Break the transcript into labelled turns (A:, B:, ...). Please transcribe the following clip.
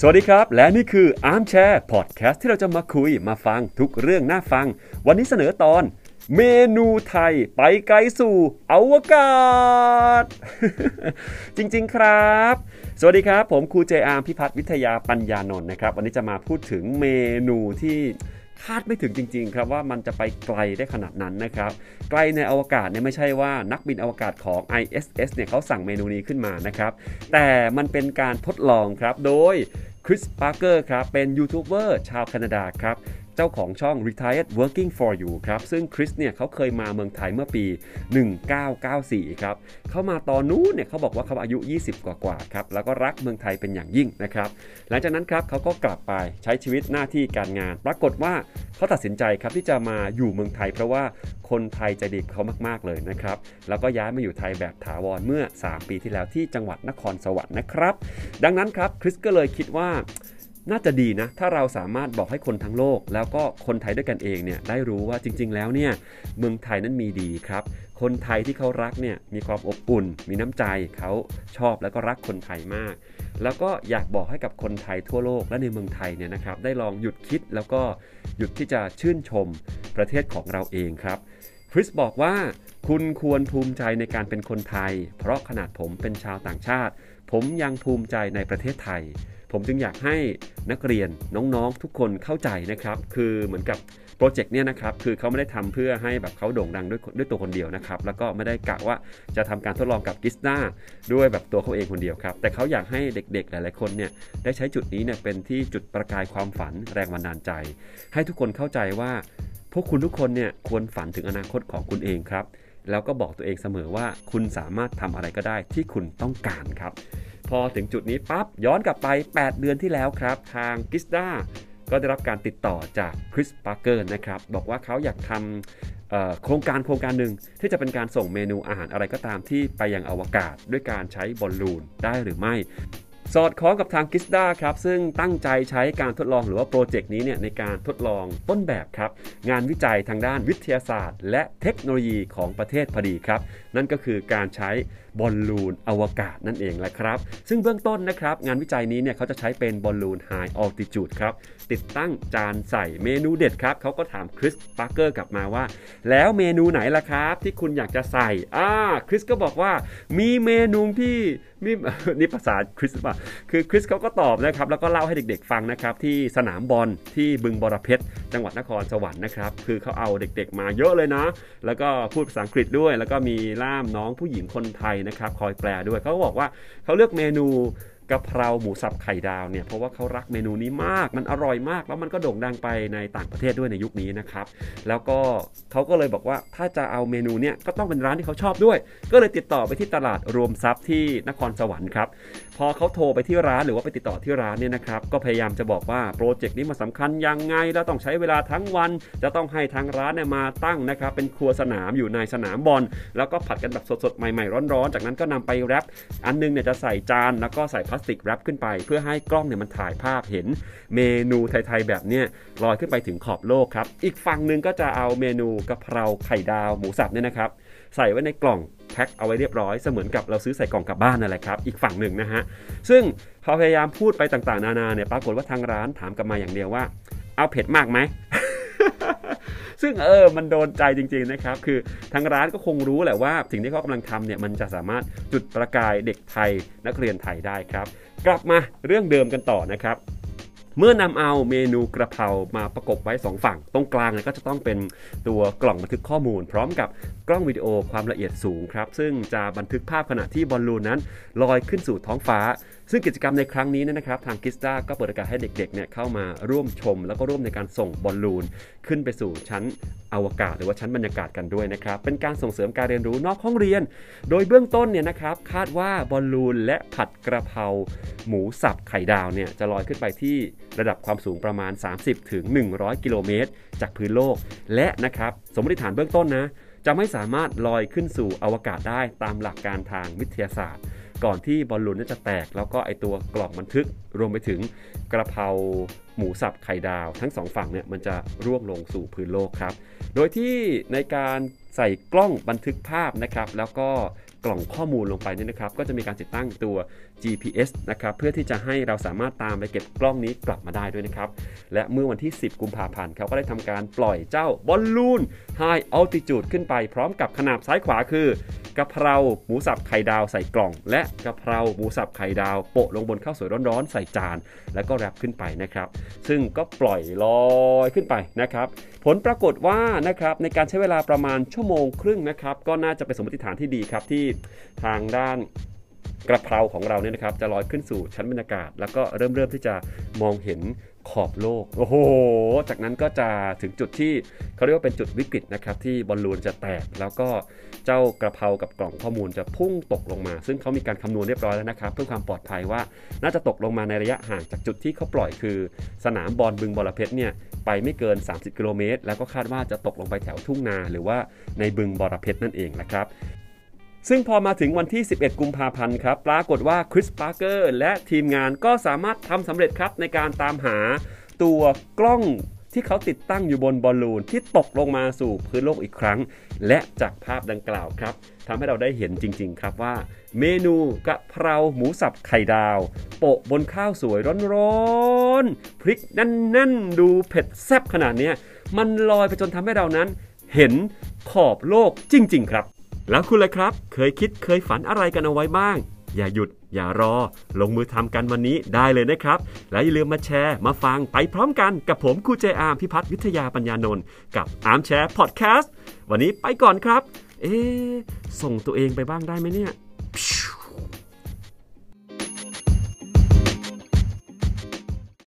A: สวัสดีครับและนี่คือ Armchair Podcast ที่เราจะมาคุยมาฟังทุกเรื่องน่าฟังวันนี้เสนอตอนเมนูไทยไปไกลสู่อวกาศ จริงๆครับสวัสดีครับผมครูเจอาร์มพิพัฒน์วิทยาปัญญานนท์นะครับวันนี้จะมาพูดถึงเมนูที่คาดไม่ถึงจริงๆครับว่ามันจะไปไกลได้ขนาดนั้นนะครับไกลในอวกาศเนี่ยไม่ใช่ว่านักบินอวกาศของ ISS เนี่ยเขาสั่งเมนูนี้ขึ้นมานะครับแต่มันเป็นการทดลองครับโดยคริส ปาร์เกอร์ครับเป็นยูทูบเบอร์ชาวแคนาดาครับเจ้าของช่อง Retired Working for You ครับซึ่งคริสเนี่ยเขาเคยมาเมืองไทยเมื่อปี 1994 ครับเขามาตอนนู้นเนี่ยเขาบอกว่าเขาอายุ 20 กว่าครับแล้วก็รักเมืองไทยเป็นอย่างยิ่งนะครับหลังจากนั้นครับเขาก็กลับไปใช้ชีวิตหน้าที่การงานปรากฏว่าเขาตัดสินใจครับที่จะมาอยู่เมืองไทยเพราะว่าคนไทยใจดีกับเขามากๆเลยนะครับแล้วก็ย้ายมาอยู่ไทยแบบถาวรเมื่อ 3 ปีที่แล้วที่จังหวัดนครสวรรค์นะครับดังนั้นครับคริสก็เลยคิดว่าน่าจะดีนะถ้าเราสามารถบอกให้คนทั้งโลกแล้วก็คนไทยด้วยกันเองเนี่ยได้รู้ว่าจริงๆแล้วเนี่ยเมืองไทยนั้นมีดีครับคนไทยที่เขารักเนี่ยมีความอบอุ่นมีน้ำใจเขาชอบแล้วก็รักคนไทยมากแล้วก็อยากบอกให้กับคนไทยทั่วโลกและในเมืองไทยเนี่ยนะครับได้ลองหยุดคิดแล้วก็หยุดที่จะชื่นชมประเทศของเราเองครับคริสบอกว่าคุณควรภูมิใจในการเป็นคนไทยเพราะขนาดผมเป็นชาวต่างชาติผมยังภูมิใจในประเทศไทยผมจึงอยากให้นักเรียนน้องๆทุกคนเข้าใจนะครับคือเหมือนกับโปรเจกต์เนี่ยนะครับคือเขาไม่ได้ทำเพื่อให้แบบเขาโด่งดังด้วยตัวคนเดียวนะครับแล้วก็ไม่ได้กะว่าจะทำการทดลองกับกิสนาด้วยแบบตัวเขาเองคนเดียวครับแต่เขาอยากให้เด็กๆหลายๆคนเนี่ยได้ใช้จุดนี้เนี่ยเป็นที่จุดประกายความฝันแรงบันดาลใจให้ทุกคนเข้าใจว่าพวกคุณทุกคนเนี่ยควรฝันถึงอนาคตของคุณเองครับแล้วก็บอกตัวเองเสมอว่าคุณสามารถทำอะไรก็ได้ที่คุณต้องการครับพอถึงจุดนี้ปั๊บย้อนกลับไป8เดือนที่แล้วครับทางกิสดาก็ได้รับการติดต่อจากคริส ปาร์เกอร์นะครับบอกว่าเขาอยากทำโครงการหนึ่งที่จะเป็นการส่งเมนูอาหารอะไรก็ตามที่ไปยังอวกาศด้วยการใช้บอลลูนได้หรือไม่สอดคล้องกับทางกิสดาครับซึ่งตั้งใจใช้การทดลองหรือว่าโปรเจกต์นี้เนี่ยในการทดลองต้นแบบครับงานวิจัยทางด้านวิทยาศาสตร์และเทคโนโลยีของประเทศพอดีครับนั่นก็คือการใช้บอลลูนอวกาศนั่นเองแหละครับซึ่งเบื้องต้นนะครับงานวิจัยนี้เนี่ยเขาจะใช้เป็นบอลลูน High Altitude ครับติดตั้งจานใส่เมนูเด็ดครับเขาก็ถามคริส ปาร์เกอร์กลับมาว่าแล้วเมนูไหนล่ะครับที่คุณอยากจะใส่คริสก็บอกว่ามีเมนูที่นี่ภาษาคริสป่ะคือคริสเขาก็ตอบนะครับแล้วก็เล่าให้เด็กๆฟังนะครับที่สนามบอลที่บึงบรเพชรจังหวัดนครสวรรค์นะครับคือเขาเอาเด็กๆมาเยอะเลยนะแล้วก็พูดภาษาอังกฤษด้วยแล้วก็มีล่ามน้องผู้หญิงคนไทยนะครับคอยแปลด้วยเขาก็บอกว่าเขาเลือกเมนูกะเพราหมูสับไข่ดาวเนี่ยเพราะว่าเขารักเมนูนี้มากมันอร่อยมากแล้วมันก็โด่งดังไปในต่างประเทศด้วยในยุคนี้นะครับแล้วก็เขาก็เลยบอกว่าถ้าจะเอาเมนูเนี่ยก็ต้องเป็นร้านที่เขาชอบด้วยก็เลยติดต่อไปที่ตลาดรวมทรัพย์ที่นครสวรรค์ครับพอเขาโทรไปที่ร้านหรือว่าไปติดต่อที่ร้านเนี่ยนะครับก็พยายามจะบอกว่าโปรเจกต์นี้มันสำคัญยังไงแล้วต้องใช้เวลาทั้งวันจะต้องให้ทางร้านเนี่ยมาตั้งนะครับเป็นครัวสนามอยู่ในสนามบอลแล้วก็ผัดกันแบบสดๆใหม่ๆร้อนๆจากนั้นก็นำไปแรปอันนึงเนี่ยจะใส่จานแล้วก็ใส่พลาสติกแรปขึ้นไปเพื่อให้กล้องเนี่ยมันถ่ายภาพเห็นเมนูไทยๆแบบเนี้ยลอยขึ้นไปถึงขอบโลกครับอีกฝั่งนึงก็จะเอาเมนูกะเพราไข่ดาวหมูสับเนี่ยนะครับใส่ไว้ในกล่องแพ็คเอาไว้เรียบร้อยเสมือนกับเราซื้อใส่กล่องกลับบ้านนั่นแหละครับอีกฝั่งหนึ่งนะฮะซึ่งพอพยายามพูดไปต่างๆนานาเนี่ยปรากฏว่าทางร้านถามกลับมาอย่างเดียวว่าเอาเผ็ดมากไหม ซึ่งมันโดนใจจริงๆนะครับคือทางร้านก็คงรู้แหละว่าสิ่งที่เขากำลังทำเนี่ยมันจะสามารถจุดประกายเด็กไทยนักเรียนไทยได้ครับกลับมาเรื่องเดิมกันต่อนะครับเมื่อนำเอาเมนูกระเพรามาประกบไว้2ฝั่งตรงกลางเนี่ยก็จะต้องเป็นตัวกล่องบันทึกข้อมูลพร้อมกับกล้องวิดีโอความละเอียดสูงครับซึ่งจะบันทึกภาพขณะที่บอลลูนนั้นลอยขึ้นสู่ท้องฟ้าซึ่งกิจกรรมในครั้งนี้นะครับทางกิสดาก็เปิดโอกาสให้เด็กๆเนี่ยเข้ามาร่วมชมแล้วก็ร่วมในการส่งบอลลูนขึ้นไปสู่ชั้นอวกาศหรือว่าชั้นบรรยากาศกันด้วยนะครับเป็นการส่งเสริมการเรียนรู้นอกห้องเรียนโดยเบื้องต้นเนี่ยนะครับคาดว่าบอลลูนและผัดกระเพราหมูสับไข่ดาวเนี่ยจะลอยขึ้นไปที่ระดับความสูงประมาณ 30-100 กิโลเมตรจากพื้นโลกและนะครับสมมติฐานเบื้องต้นนะจะไม่สามารถลอยขึ้นสู่อวกาศได้ตามหลักการทางวิทยาศาสตร์ก่อนที่บอลลูนจะแตกแล้วก็ไอตัวกล่องบันทึกรวมไปถึงกระเพราหมูสับไข่ดาวทั้ง2ฝั่งเนี่ยมันจะร่วงลงสู่พื้นโลกครับโดยที่ในการใส่กล้องบันทึกภาพนะครับแล้วก็กล่องข้อมูลลงไปเนี่ยนะครับก็จะมีการติดตั้งตัว GPS นะครับเพื่อที่จะให้เราสามารถตามไปเก็บกล้องนี้กลับมาได้ด้วยนะครับและเมื่อวันที่10กุมภาพันธ์เขาก็ได้ทำการปล่อยเจ้าบอลลูน High Altitude ขึ้นไปพร้อมกับขนาบซ้ายขวาคือกะเพราหมูสับไข่ดาวใส่กล่องและกะเพราหมูสับไข่ดาวโปะลงบนข้าวสวยร้อนๆใส่จานแล้วก็แรปขึ้นไปนะครับซึ่งก็ปล่อยลอยขึ้นไปนะครับผลปรากฏว่านะครับในการใช้เวลาประมาณ1.5 ชั่วโมงนะครับก็น่าจะเป็นสมมติฐานที่ดีครับที่ทางด้านกระเพราของเราเนี่ยนะครับจะลอยขึ้นสู่ชั้นบรรยากาศแล้วก็เริ่มที่จะมองเห็นขอบโลกโอ้โหจากนั้นก็จะถึงจุดที่เขาเรียกว่าเป็นจุดวิกฤตนะครับที่บอลลูนจะแตกแล้วก็เจ้ากระเพรากับกล่องข้อมูลจะพุ่งตกลงมาซึ่งเขามีการคำนวณเรียบร้อยแล้วนะครับเพื่อความปลอดภัยว่าน่าจะตกลงมาในระยะห่างจากจุดที่เขาปล่อยคือสนามบอลบึงบรเพชรเนี่ยไปไม่เกิน30 กิโลเมตรแล้วก็คาดว่าจะตกลงไปแถวทุ่งนาหรือว่าในบึงบรเพชรนั่นเองนะครับซึ่งพอมาถึงวันที่11กุมภาพันธ์ครับปรากฏว่าคริส ปาร์เกอร์และทีมงานก็สามารถทำสำเร็จครับในการตามหาตัวกล้องที่เขาติดตั้งอยู่บนบอลลูนที่ตกลงมาสู่พื้นโลกอีกครั้งและจากภาพดังกล่าวครับทำให้เราได้เห็นจริงๆครับว่าเมนูกะเพราหมูสับไข่ดาวโปะบนข้าวสวยร้อนๆพริกแน่นๆดูเผ็ดแซ่บขนาดนี้มันลอยไปจนทำให้เรานั้นเห็นขอบโลกจริงๆครับแล้วคุณล่ะครับเคยคิดเคยฝันอะไรกันเอาไว้บ้างอย่าหยุดอย่ารอลงมือทำกันวันนี้ได้เลยนะครับและอย่าลืมมาแชร์มาฟังไปพร้อมกันกับผมครูเจอาร์มพิพัฒน์วิทยาปัญญานนท์กับอาร์มแชร์พอดแคสต์วันนี้ไปก่อนครับส่งตัวเองไปบ้างได้ไหมเนี่ย